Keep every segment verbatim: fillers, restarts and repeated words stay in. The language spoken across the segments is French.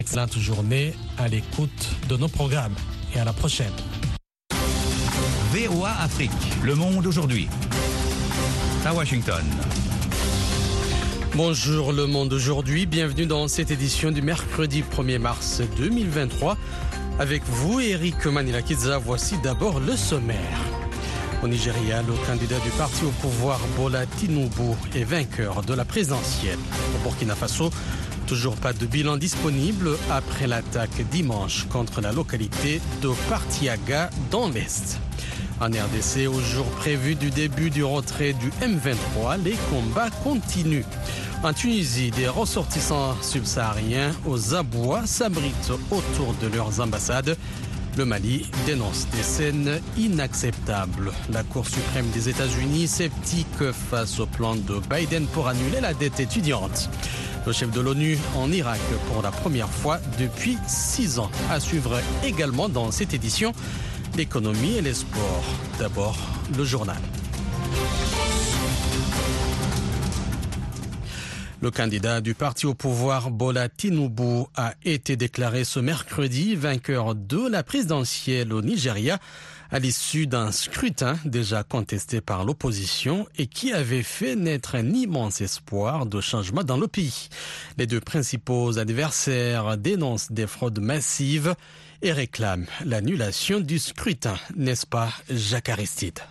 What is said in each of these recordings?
Excellente journée à l'écoute de nos programmes et à la prochaine. V O A Afrique, le monde aujourd'hui. À Washington. Bonjour le monde aujourd'hui, bienvenue dans cette édition du mercredi premier mars deux mille vingt-trois. Avec vous, Eric Manilakidza, voici d'abord le sommaire. Au Nigeria, le candidat du parti au pouvoir, Bola Tinubu, est vainqueur de la présidentielle. Au Burkina Faso, toujours pas de bilan disponible après l'attaque dimanche contre la localité de Partiaga dans l'Est. En R D C, au jour prévu du début du retrait du M vingt-trois, les combats continuent. En Tunisie, des ressortissants subsahariens aux abois s'abritent autour de leurs ambassades. Le Mali dénonce des scènes inacceptables. La Cour suprême des États-Unis sceptique face au plan de Biden pour annuler la dette étudiante. Le chef de l'ONU en Irak pour la première fois depuis six ans. À suivre également dans cette édition, l'économie et les sports. D'abord, le journal. Le candidat du parti au pouvoir, Bola Tinubu, a été déclaré ce mercredi vainqueur de la présidentielle au Nigeria à l'issue d'un scrutin déjà contesté par l'opposition et qui avait fait naître un immense espoir de changement dans le pays. Les deux principaux adversaires dénoncent des fraudes massives et réclament l'annulation du scrutin, n'est-ce pas, Jacques Aristide?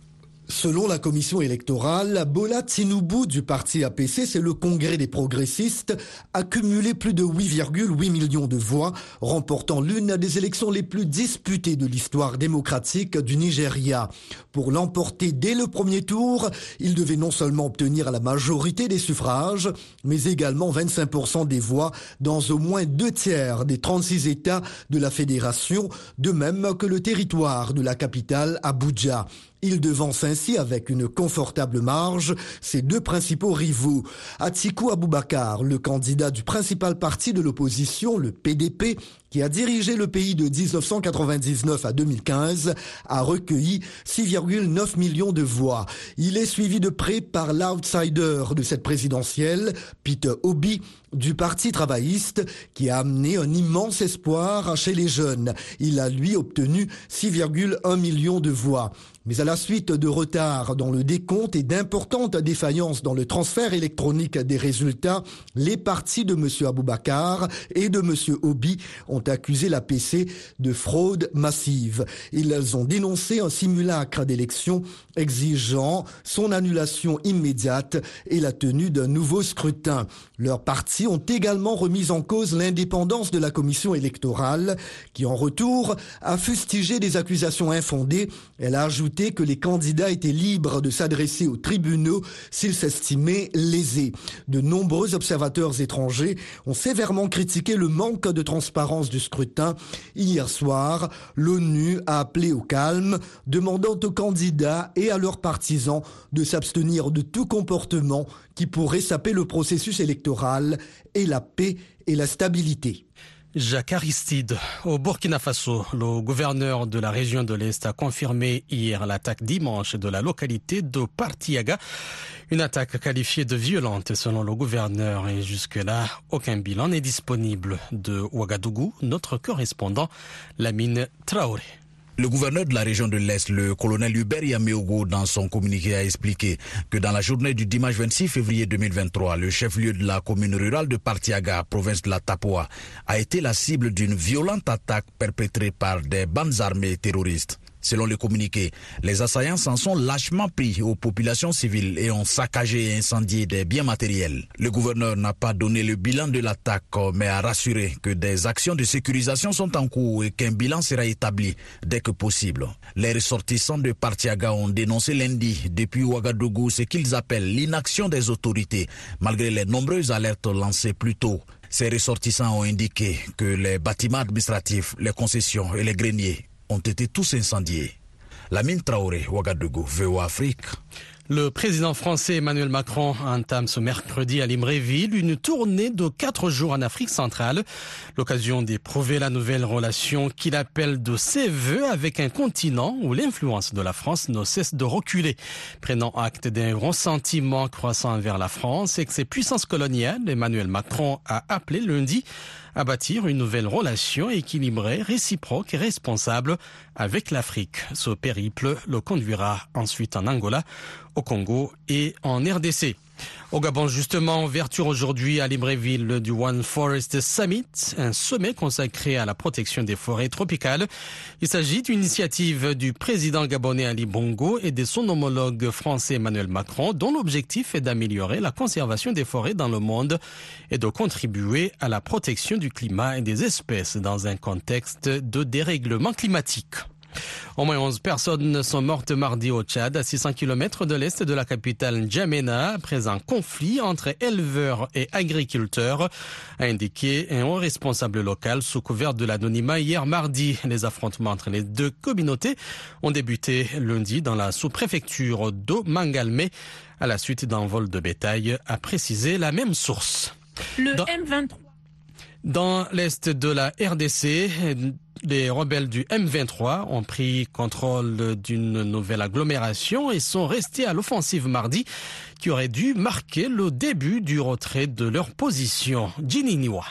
Selon la commission électorale, Bola Tinubu du parti A P C, c'est le congrès des progressistes, a cumulé plus de huit virgule huit millions de voix, remportant l'une des élections les plus disputées de l'histoire démocratique du Nigeria. Pour l'emporter dès le premier tour, il devait non seulement obtenir la majorité des suffrages, mais également vingt-cinq pour cent des voix dans au moins deux tiers des trente-six États de la fédération, de même que le territoire de la capitale Abuja. Il devance ainsi avec une confortable marge ses deux principaux rivaux. Atiku Abubakar, le candidat du principal parti de l'opposition, le P D P, qui a dirigé le pays de dix-neuf cent quatre-vingt-dix-neuf à deux mille quinze, a recueilli six virgule neuf millions de voix. Il est suivi de près par l'outsider de cette présidentielle, Peter Obi, du Parti travailliste, qui a amené un immense espoir chez les jeunes. Il a, lui, obtenu six virgule un millions de voix. Mais à la suite de retards dans le décompte et d'importantes défaillances dans le transfert électronique des résultats, les partis de M. Abubakar et de M. Obi ont accusé l'A P C de fraude massive. Ils ont dénoncé un simulacre d'élection exigeant son annulation immédiate et la tenue d'un nouveau scrutin. Leurs partis ont également remis en cause l'indépendance de la commission électorale qui, en retour, a fustigé des accusations infondées. Elle a ajouté que les candidats étaient libres de s'adresser aux tribunaux s'ils s'estimaient lésés. De nombreux observateurs étrangers ont sévèrement critiqué le manque de transparence du scrutin. Hier soir, l'ONU a appelé au calme, demandant aux candidats et à leurs partisans de s'abstenir de tout comportement qui pourrait saper le processus électoral et la paix et la stabilité. Jacques Aristide. Au Burkina Faso, le gouverneur de la région de l'Est a confirmé hier l'attaque dimanche de la localité de Partiaga. Une attaque qualifiée de violente selon le gouverneur et jusque-là, aucun bilan n'est disponible. De Ouagadougou, notre correspondant, Lamine Traoré. Le gouverneur de la région de l'Est, le colonel Hubert Yameogo, dans son communiqué a expliqué que dans la journée du dimanche vingt-six février deux mille vingt-trois, le chef-lieu de la commune rurale de Partiaga, province de la Tapoa, a été la cible d'une violente attaque perpétrée par des bandes armées terroristes. Selon le communiqué, les assaillants s'en sont lâchement pris aux populations civiles et ont saccagé et incendié des biens matériels. Le gouverneur n'a pas donné le bilan de l'attaque, mais a rassuré que des actions de sécurisation sont en cours et qu'un bilan sera établi dès que possible. Les ressortissants de Partiaga ont dénoncé lundi depuis Ouagadougou ce qu'ils appellent l'inaction des autorités, malgré les nombreuses alertes lancées plus tôt. Ces ressortissants ont indiqué que les bâtiments administratifs, les concessions et les greniers ont été tous incendiés. Lamine Traoré, Ouagadougou, V O A Afrique. Le président français Emmanuel Macron entame ce mercredi à Libreville une tournée de quatre jours en Afrique centrale. L'occasion d'éprouver la nouvelle relation qu'il appelle de ses voeux avec un continent où l'influence de la France ne cesse de reculer. Prenant acte d'un ressentiment croissant envers la France et que ses puissances coloniales, Emmanuel Macron a appelé lundi à bâtir une nouvelle relation équilibrée, réciproque et responsable avec l'Afrique. Ce périple le conduira ensuite en Angola, au Congo et en R D C. Au Gabon, justement, ouverture aujourd'hui à Libreville du One Forest Summit, un sommet consacré à la protection des forêts tropicales. Il s'agit d'une initiative du président gabonais Ali Bongo et de son homologue français Emmanuel Macron, dont l'objectif est d'améliorer la conservation des forêts dans le monde et de contribuer à la protection du climat et des espèces dans un contexte de dérèglement climatique. Au moins onze personnes sont mortes mardi au Tchad, à six cents kilomètres de l'est de la capitale N'Djamena, après un conflit entre éleveurs et agriculteurs, a indiqué un haut responsable local sous couvert de l'anonymat hier mardi. Les affrontements entre les deux communautés ont débuté lundi dans la sous-préfecture d'Omangalmé, à la suite d'un vol de bétail, a précisé la même source. Le Dans... M vingt-trois. Dans l'est de la R D C, les rebelles du M vingt-trois ont pris contrôle d'une nouvelle agglomération et sont restés à l'offensive mardi, qui aurait dû marquer le début du retrait de leur position. Ginny Niwa.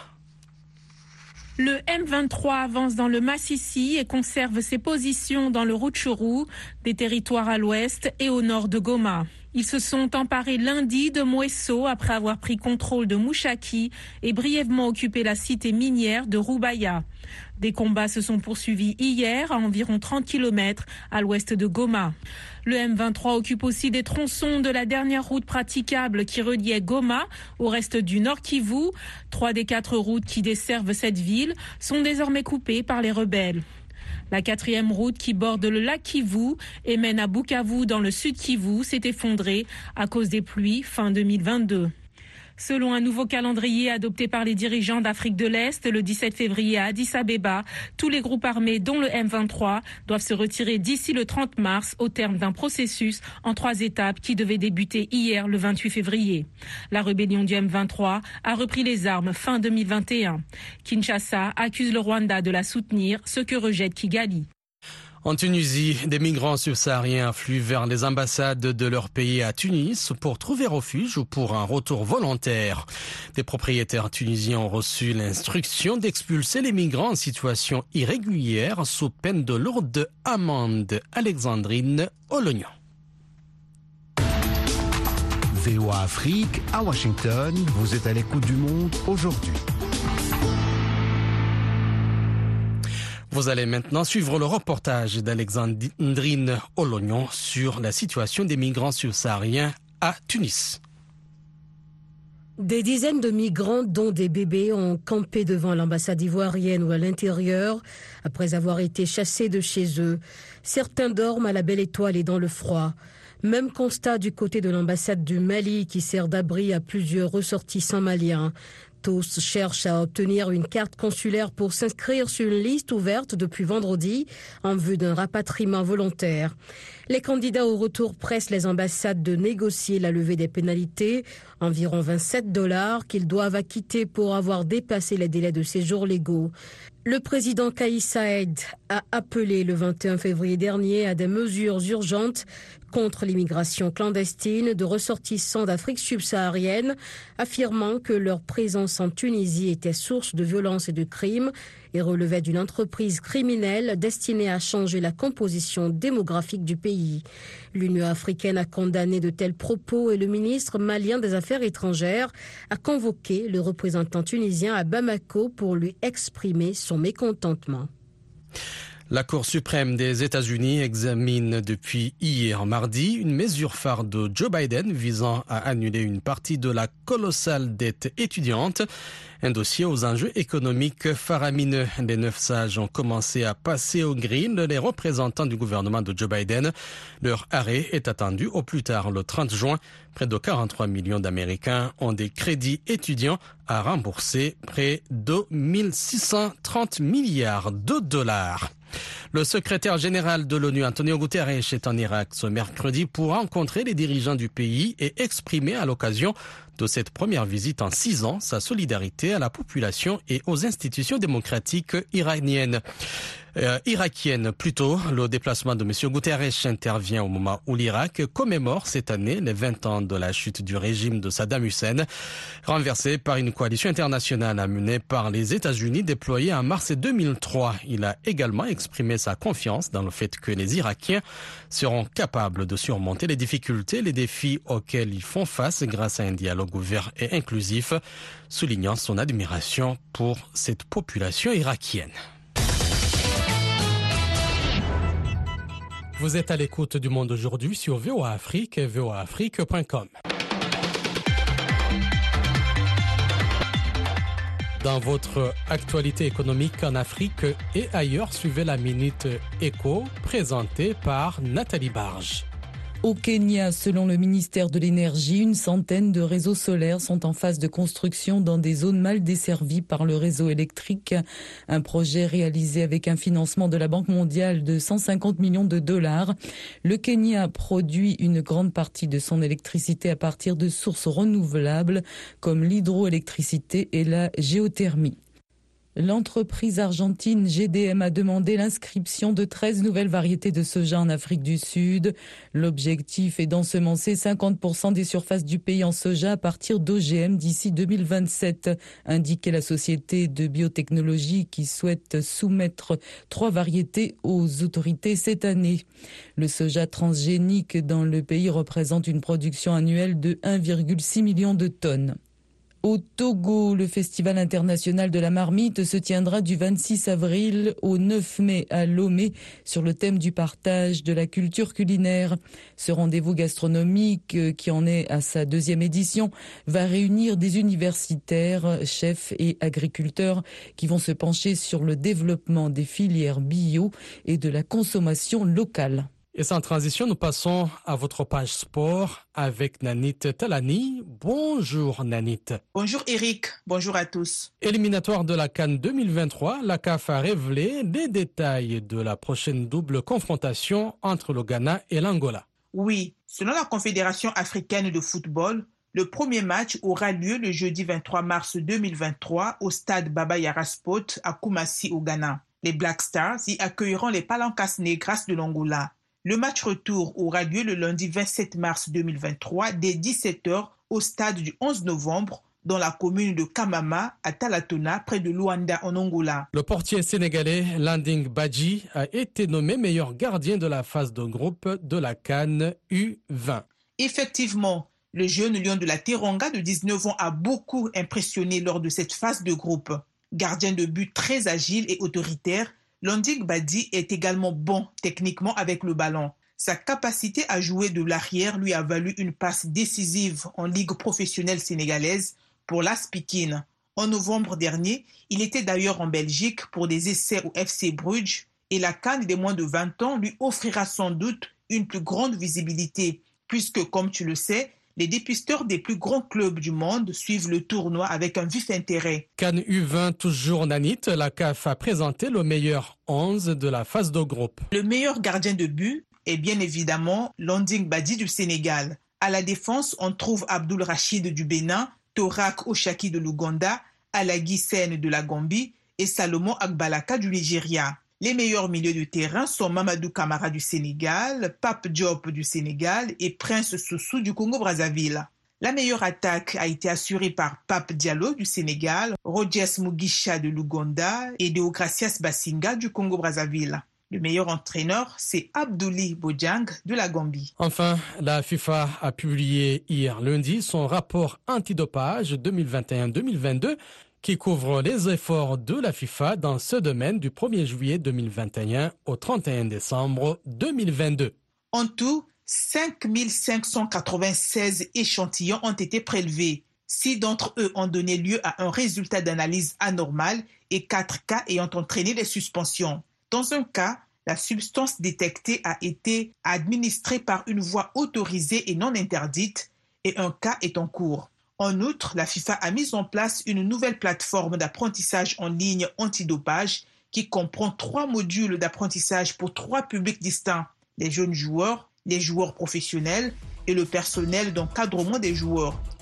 Le M vingt-trois avance dans le Massissi et conserve ses positions dans le Rutshuru, des territoires à l'ouest et au nord de Goma. Ils se sont emparés lundi de Mweso après avoir pris contrôle de Mouchaki et brièvement occupé la cité minière de Rubaya. Des combats se sont poursuivis hier à environ trente kilomètres à l'ouest de Goma. Le M vingt-trois occupe aussi des tronçons de la dernière route praticable qui reliait Goma au reste du Nord Kivu. Trois des quatre routes qui desservent cette ville sont désormais coupées par les rebelles. La quatrième route qui borde le lac Kivu et mène à Bukavu dans le sud Kivu s'est effondrée à cause des pluies fin deux mille vingt-deux. Selon un nouveau calendrier adopté par les dirigeants d'Afrique de l'Est, le dix-sept février à Addis Abeba, tous les groupes armés, dont le M vingt-trois, doivent se retirer d'ici le trente mars au terme d'un processus en trois étapes qui devait débuter hier le vingt-huit février. La rébellion du M vingt-trois a repris les armes fin deux mille vingt et un. Kinshasa accuse le Rwanda de la soutenir, ce que rejette Kigali. En Tunisie, des migrants subsahariens affluent vers les ambassades de leur pays à Tunis pour trouver refuge ou pour un retour volontaire. Des propriétaires tunisiens ont reçu l'instruction d'expulser les migrants en situation irrégulière sous peine de lourde amende. Alexandrine Olognan. V O A Afrique, à Washington, vous êtes à l'écoute du monde aujourd'hui. Vous allez maintenant suivre le reportage d'Alexandrine Olognan sur la situation des migrants subsahariens à Tunis. Des dizaines de migrants, dont des bébés, ont campé devant l'ambassade ivoirienne ou à l'intérieur après avoir été chassés de chez eux. Certains dorment à la belle étoile et dans le froid. Même constat du côté de l'ambassade du Mali qui sert d'abri à plusieurs ressortissants maliens. Tous cherchent à obtenir une carte consulaire pour s'inscrire sur une liste ouverte depuis vendredi en vue d'un rapatriement volontaire. Les candidats au retour pressent les ambassades de négocier la levée des pénalités, environ vingt-sept dollars qu'ils doivent acquitter pour avoir dépassé les délais de séjour légaux. Le président Kais Saied a appelé le vingt et un février dernier à des mesures urgentes contre l'immigration clandestine de ressortissants d'Afrique subsaharienne, affirmant que leur présence en Tunisie était source de violence et de crimes et relevait d'une entreprise criminelle destinée à changer la composition démographique du pays. L'Union africaine a condamné de tels propos et le ministre malien des Affaires étrangères a convoqué le représentant tunisien à Bamako pour lui exprimer son mécontentement. La Cour suprême des États-Unis examine depuis hier mardi une mesure phare de Joe Biden visant à annuler une partie de la colossale dette étudiante. Un dossier aux enjeux économiques faramineux. Les neuf sages ont commencé à passer au grill les représentants du gouvernement de Joe Biden. Leur arrêt est attendu au plus tard le trente juin. Près de quarante-trois millions d'Américains ont des crédits étudiants à rembourser, près de mille six cent trente milliards de dollars. Le secrétaire général de l'ONU, Antonio Guterres, est en Irak ce mercredi pour rencontrer les dirigeants du pays et exprimer à l'occasion de cette première visite en six ans sa solidarité à la population et aux institutions démocratiques iraniennes. Euh, irakienne plutôt. Le déplacement de M. Guterres intervient au moment où l'Irak commémore cette année les vingt ans de la chute du régime de Saddam Hussein, renversé par une coalition internationale amenée par les États-Unis déployée en mars deux mille trois. Il a également exprimé sa confiance dans le fait que les Irakiens seront capables de surmonter les difficultés et les défis auxquels ils font face grâce à un dialogue ouvert et inclusif, soulignant son admiration pour cette population irakienne. Vous êtes à l'écoute du Monde aujourd'hui sur V O A Afrique et v o a afrique point com. Dans votre actualité économique en Afrique et ailleurs, suivez la Minute Éco présentée par Nathalie Barge. Au Kenya, selon le ministère de l'Énergie, une centaine de réseaux solaires sont en phase de construction dans des zones mal desservies par le réseau électrique. Un projet réalisé avec un financement de la Banque mondiale de cent cinquante millions de dollars. Le Kenya produit une grande partie de son électricité à partir de sources renouvelables comme l'hydroélectricité et la géothermie. L'entreprise argentine G D M a demandé l'inscription de treize nouvelles variétés de soja en Afrique du Sud. L'objectif est d'ensemencer cinquante pour cent des surfaces du pays en soja à partir d'O G M d'ici deux mille vingt-sept, indiquait la société de biotechnologie qui souhaite soumettre trois variétés aux autorités cette année. Le soja transgénique dans le pays représente une production annuelle de un virgule six million de tonnes. Au Togo, le Festival international de la marmite se tiendra du vingt-six avril au neuf mai à Lomé sur le thème du partage de la culture culinaire. Ce rendez-vous gastronomique, qui en est à sa deuxième édition, va réunir des universitaires, chefs et agriculteurs qui vont se pencher sur le développement des filières bio et de la consommation locale. Et sans transition, nous passons à votre page sport avec Nanit Talani. Bonjour Nanit. Bonjour Eric, bonjour à tous. Éliminatoire de la CAN deux mille vingt-trois, la C A F a révélé les détails de la prochaine double confrontation entre le Ghana et l'Angola. Oui, selon la Confédération africaine de football, le premier match aura lieu le jeudi vingt-trois mars deux mille vingt-trois au stade Baba Yara Sport à Kumasi au Ghana. Les Black Stars y accueilleront les Palancas Negras de l'Angola. Le match retour aura lieu le lundi vingt-sept mars deux mille vingt-trois dès dix-sept heures au stade du onze novembre dans la commune de Kamama à Talatona près de Luanda en Angola. Le portier sénégalais Landing Badji a été nommé meilleur gardien de la phase de groupe de la CAN U vingt. Effectivement, le jeune lion de la Teranga de dix-neuf ans a beaucoup impressionné lors de cette phase de groupe. Gardien de but très agile et autoritaire, Landing Badji est également bon techniquement avec le ballon. Sa capacité à jouer de l'arrière lui a valu une passe décisive en Ligue professionnelle sénégalaise pour l'A S Pikine. En novembre dernier, il était d'ailleurs en Belgique pour des essais au F C Bruges et la CAN des moins de vingt ans lui offrira sans doute une plus grande visibilité puisque, comme tu le sais, les dépisteurs des plus grands clubs du monde suivent le tournoi avec un vif intérêt. CAN U vingt toujours Nanit, la C A F a présenté le meilleur onze de la phase de groupe. Le meilleur gardien de but est bien évidemment Landing Badji du Sénégal. À la défense, on trouve Abdul Rachid du Bénin, Torak Oshaki de l'Ouganda, Alagui Sène de la Gambie et Salomon Agbalaka du Nigeria. Les meilleurs milieux de terrain sont Mamadou Camara du Sénégal, Pape Diop du Sénégal et Prince Soussou du Congo-Brazzaville. La meilleure attaque a été assurée par Pape Diallo du Sénégal, Rogers Mugisha de l'Ouganda et Deogracias Basinga du Congo-Brazzaville. Le meilleur entraîneur, c'est Abdoulaye Bojang de la Gambie. Enfin, la FIFA a publié hier lundi son rapport antidopage deux mille vingt et un deux mille vingt-deux qui couvre les efforts de la FIFA dans ce domaine du premier juillet deux mille vingt et un au trente et un décembre deux mille vingt-deux. En tout, cinq mille cinq cent quatre-vingt-seize échantillons ont été prélevés. Six d'entre eux ont donné lieu à un résultat d'analyse anormal et quatre cas ayant entraîné des suspensions. Dans un cas, la substance détectée a été administrée par une voie autorisée et non interdite et un cas est en cours. En outre, la FIFA a mis en place une nouvelle plateforme d'apprentissage en ligne antidopage qui comprend trois modules d'apprentissage pour trois publics distincts, les jeunes joueurs, les joueurs professionnels et le personnel d'encadrement des joueurs.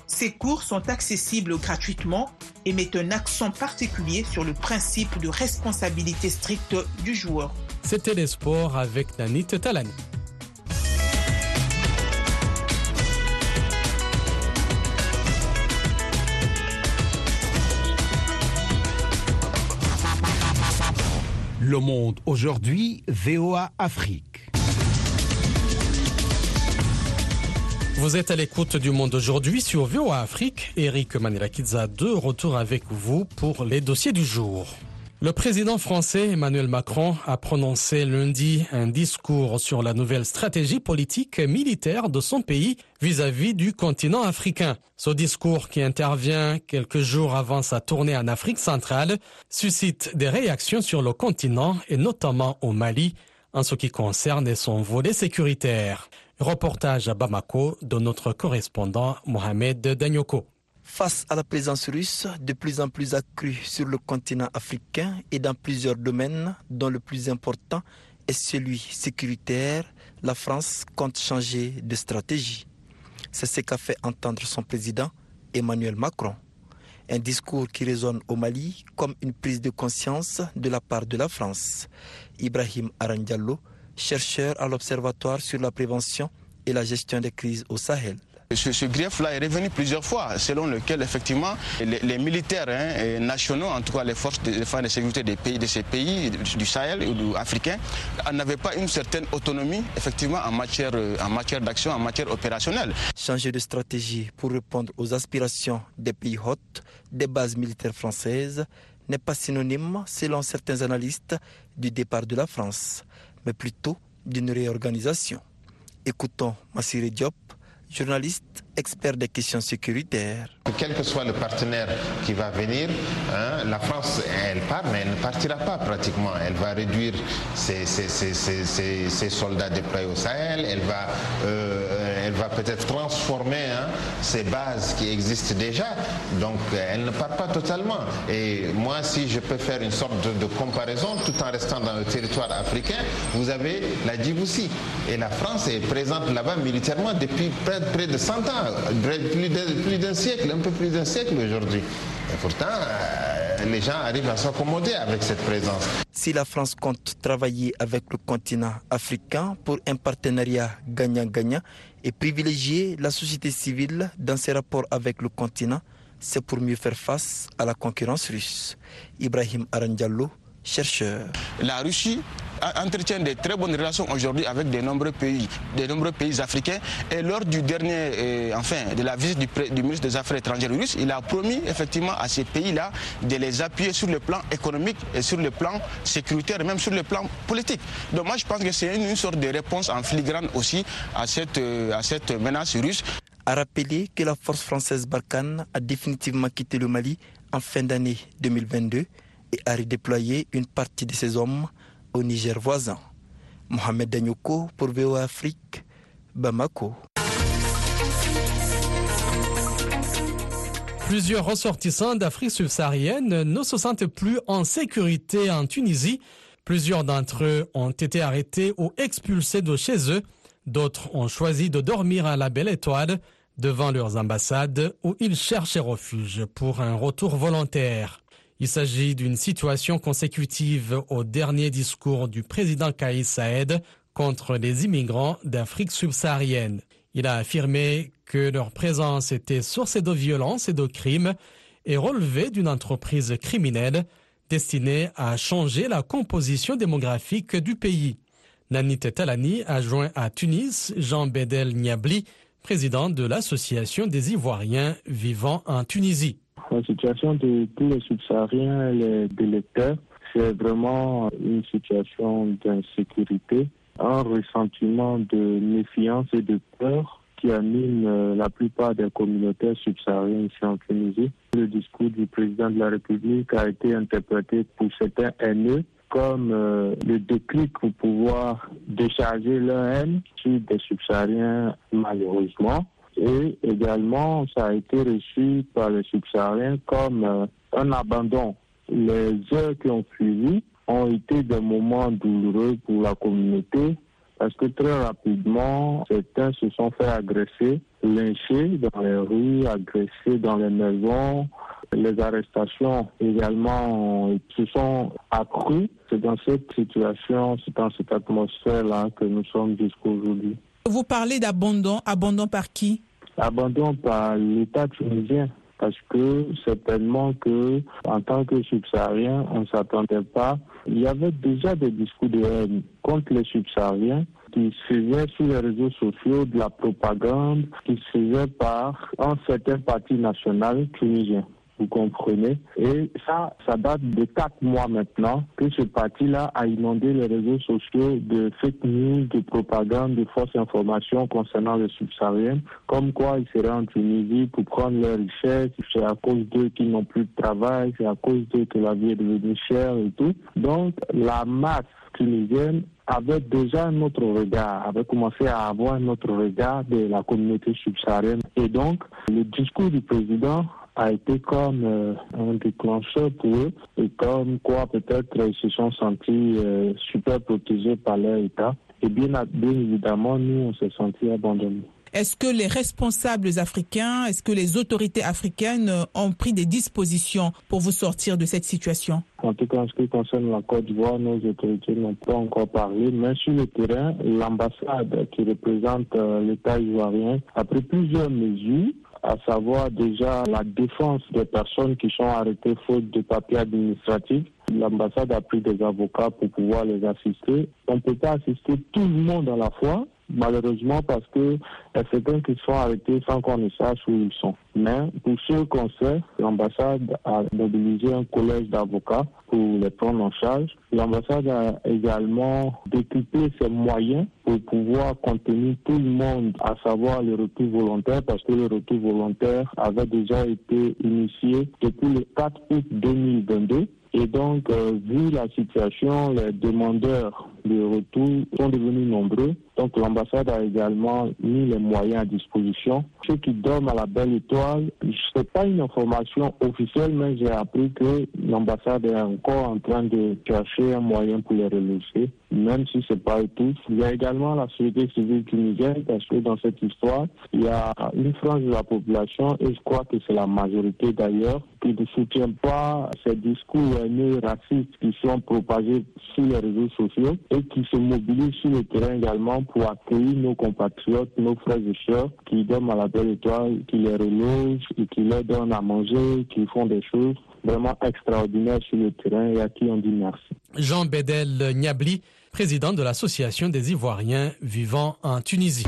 Ces cours sont accessibles gratuitement et mettent un accent particulier sur le principe de responsabilité stricte du joueur. C'était les sports avec Nanit Talani. Le Monde aujourd'hui, V O A Afrique. Vous êtes à l'écoute du Monde aujourd'hui sur V O A Afrique. Eric Manilakidza de retour avec vous pour les dossiers du jour. Le président français Emmanuel Macron a prononcé lundi un discours sur la nouvelle stratégie politique et militaire de son pays vis-à-vis du continent africain. Ce discours, qui intervient quelques jours avant sa tournée en Afrique centrale, suscite des réactions sur le continent et notamment au Mali en ce qui concerne son volet sécuritaire. Reportage à Bamako de notre correspondant Mohamed Danyoko. Face à la présence russe de plus en plus accrue sur le continent africain et dans plusieurs domaines, dont le plus important est celui sécuritaire, la France compte changer de stratégie. C'est ce qu'a fait entendre son président Emmanuel Macron. Un discours qui résonne au Mali comme une prise de conscience de la part de la France. Ibrahim Arandiallo, chercheur à l'Observatoire sur la prévention et la gestion des crises au Sahel. Ce, ce grief-là est revenu plusieurs fois, selon lequel effectivement les, les militaires hein, nationaux, en tout cas les forces de défense et de sécurité des pays, de ces pays du Sahel ou africains, n'avaient pas une certaine autonomie effectivement en matière, en matière d'action, en matière opérationnelle. Changer de stratégie pour répondre aux aspirations des pays hôtes, des bases militaires françaises, n'est pas synonyme, selon certains analystes, du départ de la France, mais plutôt d'une réorganisation. Écoutons Massiré Diop, journaliste, expert des questions sécuritaires. Quel que soit le partenaire qui va venir, hein, la France, elle part, mais elle ne partira pas pratiquement. Elle va réduire ses, ses, ses, ses, ses, ses soldats déployés au Sahel, elle va, euh, elle va peut-être transformer hein, ces bases qui existent déjà. Donc elle ne part pas totalement. Et moi, si je peux faire une sorte de, de comparaison, tout en restant dans le territoire africain, vous avez la Djibouti. Et la France est présente là-bas militairement depuis près, près de cent ans. Plus d'un, plus d'un siècle, un peu plus d'un siècle aujourd'hui. Et pourtant, euh, les gens arrivent à s'accommoder avec cette présence. Si la France compte travailler avec le continent africain pour un partenariat gagnant-gagnant et privilégier la société civile dans ses rapports avec le continent, c'est pour mieux faire face à la concurrence russe. Ibrahim Arandiallo, chercheur. La Russie entretient de très bonnes relations aujourd'hui avec de nombreux pays, de nombreux pays africains. Et lors du dernier, euh, enfin, de la visite du, du ministre des Affaires étrangères russe, il a promis effectivement à ces pays-là de les appuyer sur le plan économique et sur le plan sécuritaire, et même sur le plan politique. Donc moi, je pense que c'est une, une sorte de réponse en filigrane aussi à cette, euh, à cette menace russe. A rappelé que la force française Barkhane a définitivement quitté le Mali en fin d'année deux mille vingt-deux et a redéployé une partie de ses hommes au Niger voisin. Mohamed Danyoko pour V O A Afrique, Bamako. Plusieurs ressortissants d'Afrique subsaharienne ne se sentent plus en sécurité en Tunisie. Plusieurs d'entre eux ont été arrêtés ou expulsés de chez eux. D'autres ont choisi de dormir à la Belle Étoile devant leurs ambassades où ils cherchaient refuge pour un retour volontaire. Il s'agit d'une situation consécutive au dernier discours du président Kais Saied contre les immigrants d'Afrique subsaharienne. Il a affirmé que leur présence était source de violence et de crimes et relevait d'une entreprise criminelle destinée à changer la composition démographique du pays. Nanit Talani a joint à Tunis Jean Bedel Niabli, président de l'Association des Ivoiriens vivant en Tunisie. La situation de tous les subsahariens et les délecteurs, c'est vraiment une situation d'insécurité, un ressentiment de méfiance et de peur qui anime la plupart des communautés subsahariennes ici en Tunisie. Le discours du président de la République a été interprété pour certains haineux comme euh, le déclic pour pouvoir décharger leur haine sur des subsahariens malheureusement. Et également, ça a été reçu par les subsahariens comme euh, un abandon. Les heures qui ont suivi ont été des moments douloureux pour la communauté parce que très rapidement, certains se sont fait agresser, lyncher dans les rues, agresser dans les maisons. Les arrestations également se sont accrues. C'est dans cette situation, c'est dans cette atmosphère-là que nous sommes jusqu'à aujourd'hui. Vous parlez d'abandon. Abandon par qui? Abandon par l'État tunisien. Parce que certainement que, en tant que subsahariens, on ne s'attendait pas. Il y avait déjà des discours de haine contre les subsahariens qui se faisaient sur les réseaux sociaux, de la propagande qui se faisait par un certain parti national tunisien. Vous comprenez? Et ça, ça date de quatre mois maintenant que ce parti-là a inondé les réseaux sociaux de fake news, de propagande, de fausses informations concernant les subsahariens, comme quoi ils seraient en Tunisie pour prendre leurs richesses, c'est à cause d'eux qu'ils n'ont plus de travail, c'est à cause d'eux que la vie est devenue chère et tout. Donc, la masse tunisienne avait déjà un autre regard, avait commencé à avoir un autre regard de la communauté subsaharienne. Et donc, le discours du président a été comme euh, un déclencheur pour eux et comme quoi peut-être ils se sont sentis euh, super protégés par leur État. Et bien, bien évidemment, nous, on s'est sentis abandonnés. Est-ce que les responsables africains, est-ce que les autorités africaines ont pris des dispositions pour vous sortir de cette situation? En tout cas, en ce qui concerne la Côte d'Ivoire, nos autorités n'ont pas encore parlé, mais sur le terrain, l'ambassade qui représente euh, l'État ivoirien a pris plusieurs mesures, à savoir déjà la défense des personnes qui sont arrêtées faute de papiers administratifs. L'ambassade a pris des avocats pour pouvoir les assister. On ne peut pas assister tout le monde à la fois, malheureusement, parce que y a certains qui sont arrêtés sans qu'on ne sache où ils sont. Mais pour ceux qu'on sait, l'ambassade a mobilisé un collège d'avocats pour les prendre en charge. L'ambassade a également décuplé ses moyens pour pouvoir contenir tout le monde, à savoir le retour volontaire, parce que le retour volontaire avait déjà été initié depuis le quatre août deux mille vingt-deux. Et donc, euh, vu la situation, les demandeurs de retour sont devenus nombreux. Donc, l'ambassade a également mis les moyens à disposition. Ceux qui dorment à la Belle Étoile, ce n'est pas une information officielle, mais j'ai appris que l'ambassade est encore en train de chercher un moyen pour les reloger, même si ce n'est pas tout. Il y a également la société civile tunisienne, parce que dans cette histoire, il y a une frange de la population, et je crois que c'est la majorité d'ailleurs, qui ne soutient pas ces discours haineux, racistes qui sont propagés sur les réseaux sociaux et qui se mobilisent sur le terrain également pour accueillir nos compatriotes, nos frères et sœurs qui dorment à la Belle Étoile, qui les relogent et qui leur donnent à manger, qui font des choses vraiment extraordinaires sur le terrain et à qui on dit merci. Jean Bedel Niabli, président de l'Association des Ivoiriens vivant en Tunisie.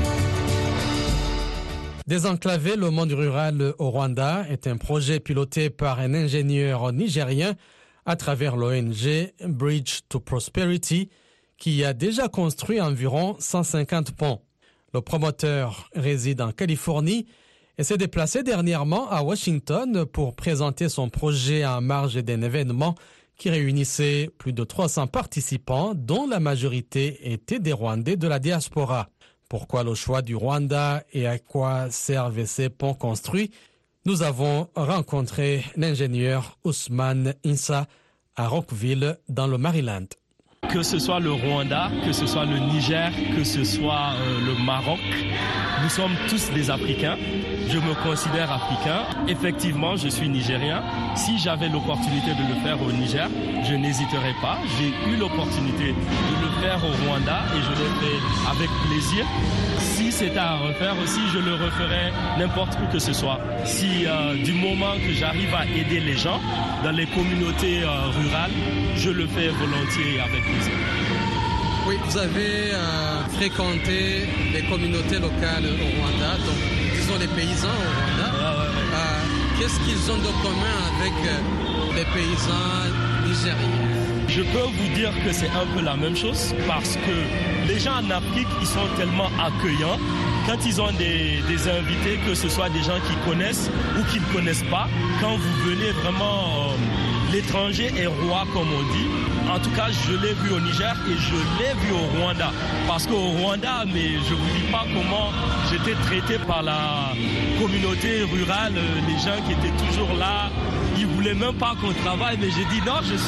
Désenclaver le monde rural au Rwanda est un projet piloté par un ingénieur nigérien à travers l'O N G Bridge to Prosperity, qui a déjà construit environ cent cinquante ponts. Le promoteur réside en Californie et s'est déplacé dernièrement à Washington pour présenter son projet en marge d'un événement qui réunissait plus de trois cents participants, dont la majorité étaient des Rwandais de la diaspora. Pourquoi le choix du Rwanda et à quoi servent ces ponts construits? Nous avons rencontré l'ingénieur Ousmane Insa à Rockville, dans le Maryland. Que ce soit le Rwanda, que ce soit le Niger, que ce soit euh, le Maroc, nous sommes tous des Africains. Je me considère africain. Effectivement, je suis nigérien. Si j'avais l'opportunité de le faire au Niger, je n'hésiterais pas. J'ai eu l'opportunité de le faire au Rwanda et je l'ai fait avec plaisir. Si c'était à refaire aussi, je le referais n'importe où que ce soit. Si euh, du moment que j'arrive à aider les gens dans les communautés euh, rurales, je le fais volontiers et avec plaisir. Oui, vous avez euh, fréquenté les communautés locales au Rwanda, donc disons les paysans au Rwanda. Ouais, ouais, ouais. Euh, qu'est-ce qu'ils ont de commun avec euh, les paysans nigériens? Je peux vous dire que c'est un peu la même chose parce que les gens en Afrique, ils sont tellement accueillants. Quand ils ont des, des invités, que ce soit des gens qui connaissent ou qui ne connaissent pas, quand vous venez vraiment, euh, l'étranger est roi comme on dit. En tout cas, je l'ai vu au Niger et je l'ai vu au Rwanda. Parce qu'au Rwanda, mais je ne vous dis pas comment j'étais traité par la communauté rurale, les gens qui étaient toujours là. Ils ne voulaient même pas qu'on travaille, mais j'ai dit non, je suis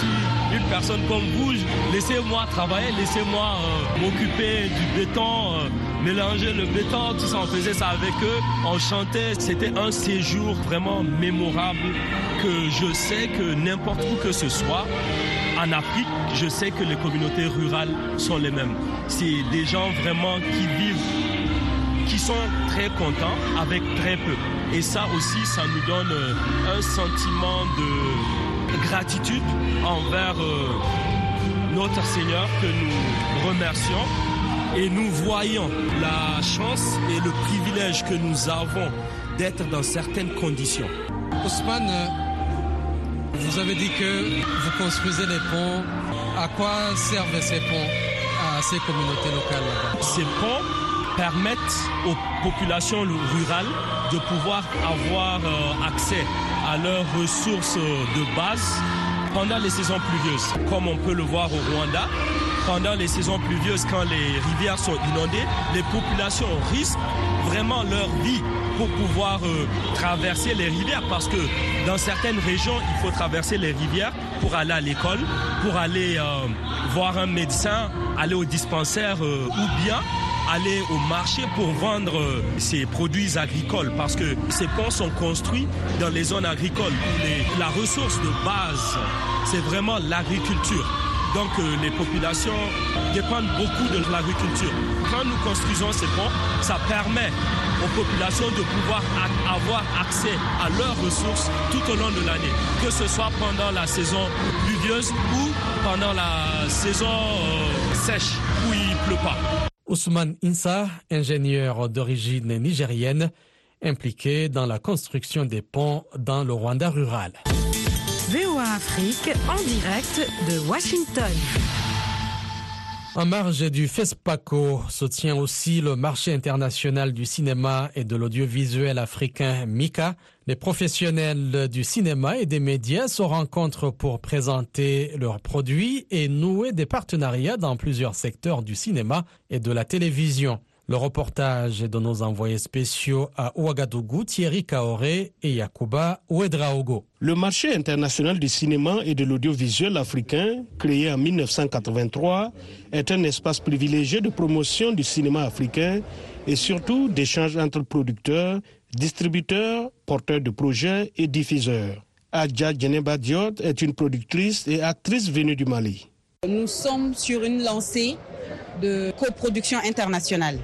une personne comme vous, laissez-moi travailler, laissez-moi euh, m'occuper du béton, euh, mélanger le béton, tout ça, on faisait ça avec eux, on chantait. C'était un séjour vraiment mémorable que je sais que n'importe où que ce soit, en Afrique, je sais que les communautés rurales sont les mêmes. C'est des gens vraiment qui vivent, qui sont très contents avec très peu. Et ça aussi, ça nous donne un sentiment de gratitude envers euh, notre Seigneur que nous remercions. Et nous voyons la chance et le privilège que nous avons d'être dans certaines conditions. Ousmane, vous avez dit que vous construisez les ponts. À quoi servent ces ponts à ces communautés locales? Ces ponts permettent aux populations rurales de pouvoir avoir accès à leurs ressources de base pendant les saisons pluvieuses. Comme on peut le voir au Rwanda, pendant les saisons pluvieuses, quand les rivières sont inondées, les populations risquent vraiment leur vie pour pouvoir euh, traverser les rivières, parce que dans certaines régions, il faut traverser les rivières pour aller à l'école, pour aller euh, voir un médecin, aller au dispensaire euh, ou bien aller au marché pour vendre euh, ses produits agricoles, parce que ces ponts sont construits dans les zones agricoles où les, la ressource de base, c'est vraiment l'agriculture. Donc euh, les populations dépendent beaucoup de l'agriculture. Quand nous construisons ces ponts, ça permet aux populations de pouvoir a- avoir accès à leurs ressources tout au long de l'année, que ce soit pendant la saison pluvieuse ou pendant la saison euh, sèche où il ne pleut pas. Ousmane Insa, ingénieur d'origine nigérienne, impliqué dans la construction des ponts dans le Rwanda rural. V O A Afrique, en direct de Washington. En marge du FESPACO se tient aussi le marché international du cinéma et de l'audiovisuel africain MICA. Les professionnels du cinéma et des médias se rencontrent pour présenter leurs produits et nouer des partenariats dans plusieurs secteurs du cinéma et de la télévision. Le reportage est de nos envoyés spéciaux à Ouagadougou, Thierry Kaoré et Yacouba Ouedraogo. Le marché international du cinéma et de l'audiovisuel africain, créé en mille neuf cent quatre-vingt-trois, est un espace privilégié de promotion du cinéma africain et surtout d'échange entre producteurs, distributeurs, porteurs de projets et diffuseurs. Adja Djeneba Diot est une productrice et actrice venue du Mali. Nous sommes sur une lancée de coproduction internationale.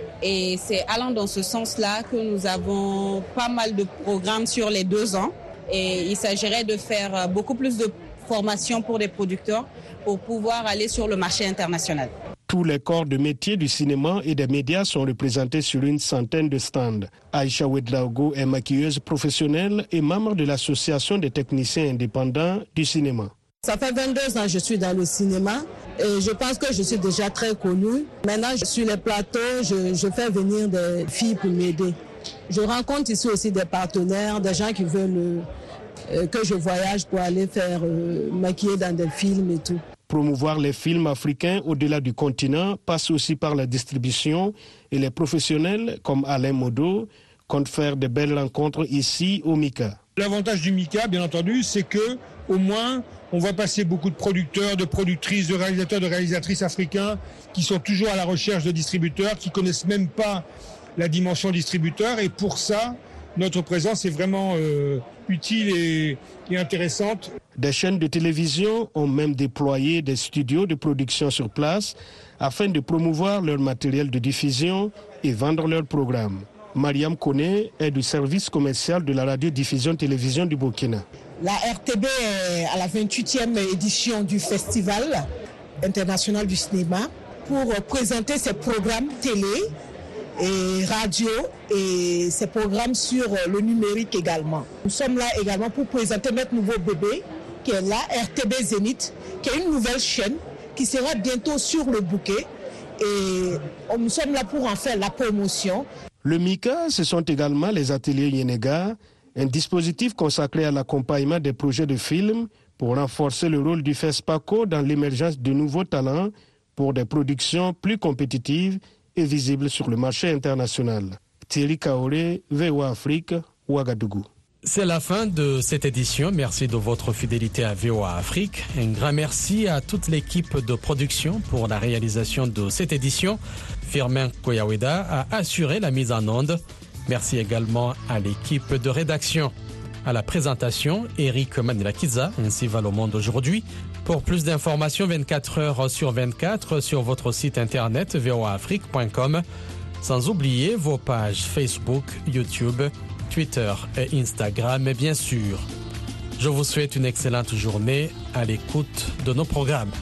Et c'est allant dans ce sens-là que nous avons pas mal de programmes sur les deux ans. Et il s'agirait de faire beaucoup plus de formations pour des producteurs pour pouvoir aller sur le marché international. Tous les corps de métier du cinéma et des médias sont représentés sur une centaine de stands. Aïcha Ouedraogo est maquilleuse professionnelle et membre de l'association des techniciens indépendants du cinéma. Ça fait vingt-deux ans que je suis dans le cinéma et je pense que je suis déjà très connue. Maintenant, sur les plateaux, je, je fais venir des filles pour m'aider. Je rencontre ici aussi des partenaires, des gens qui veulent euh, que je voyage pour aller faire euh, maquiller dans des films et tout. Promouvoir les films africains au-delà du continent passe aussi par la distribution et les professionnels comme Alain Modo comptent faire de belles rencontres ici au MICA. L'avantage du MICA, bien entendu, c'est que au moins on voit passer beaucoup de producteurs, de productrices, de réalisateurs, de réalisatrices africains qui sont toujours à la recherche de distributeurs, qui connaissent même pas la dimension distributeur. Et pour ça, notre présence est vraiment euh, utile et, et intéressante. Des chaînes de télévision ont même déployé des studios de production sur place afin de promouvoir leur matériel de diffusion et vendre leurs programmes. Mariam Kone est du service commercial de la radiodiffusion télévision du Burkina. La R T B est à la vingt-huitième édition du Festival international du cinéma pour présenter ses programmes télé et radio et ses programmes sur le numérique également. Nous sommes là également pour présenter notre nouveau bébé qui est là, R T B Zénith, qui est une nouvelle chaîne qui sera bientôt sur le bouquet et nous sommes là pour en faire la promotion. Le MICA, ce sont également les ateliers Yenega, un dispositif consacré à l'accompagnement des projets de films pour renforcer le rôle du FESPACO dans l'émergence de nouveaux talents pour des productions plus compétitives et visibles sur le marché international. Thierry Kaoré, V O A Afrique, Ouagadougou. C'est la fin de cette édition. Merci de votre fidélité à V O A Afrique. Un grand merci à toute l'équipe de production pour la réalisation de cette édition. Firmin Koyaweda a assuré la mise en onde. Merci également à l'équipe de rédaction. À la présentation, Eric Manilakiza, ainsi va le monde aujourd'hui. Pour plus d'informations vingt-quatre heures sur vingt-quatre sur votre site internet v o a afrique point com. Sans oublier vos pages Facebook, YouTube, Twitter et Instagram, et bien sûr. Je vous souhaite une excellente journée à l'écoute de nos programmes.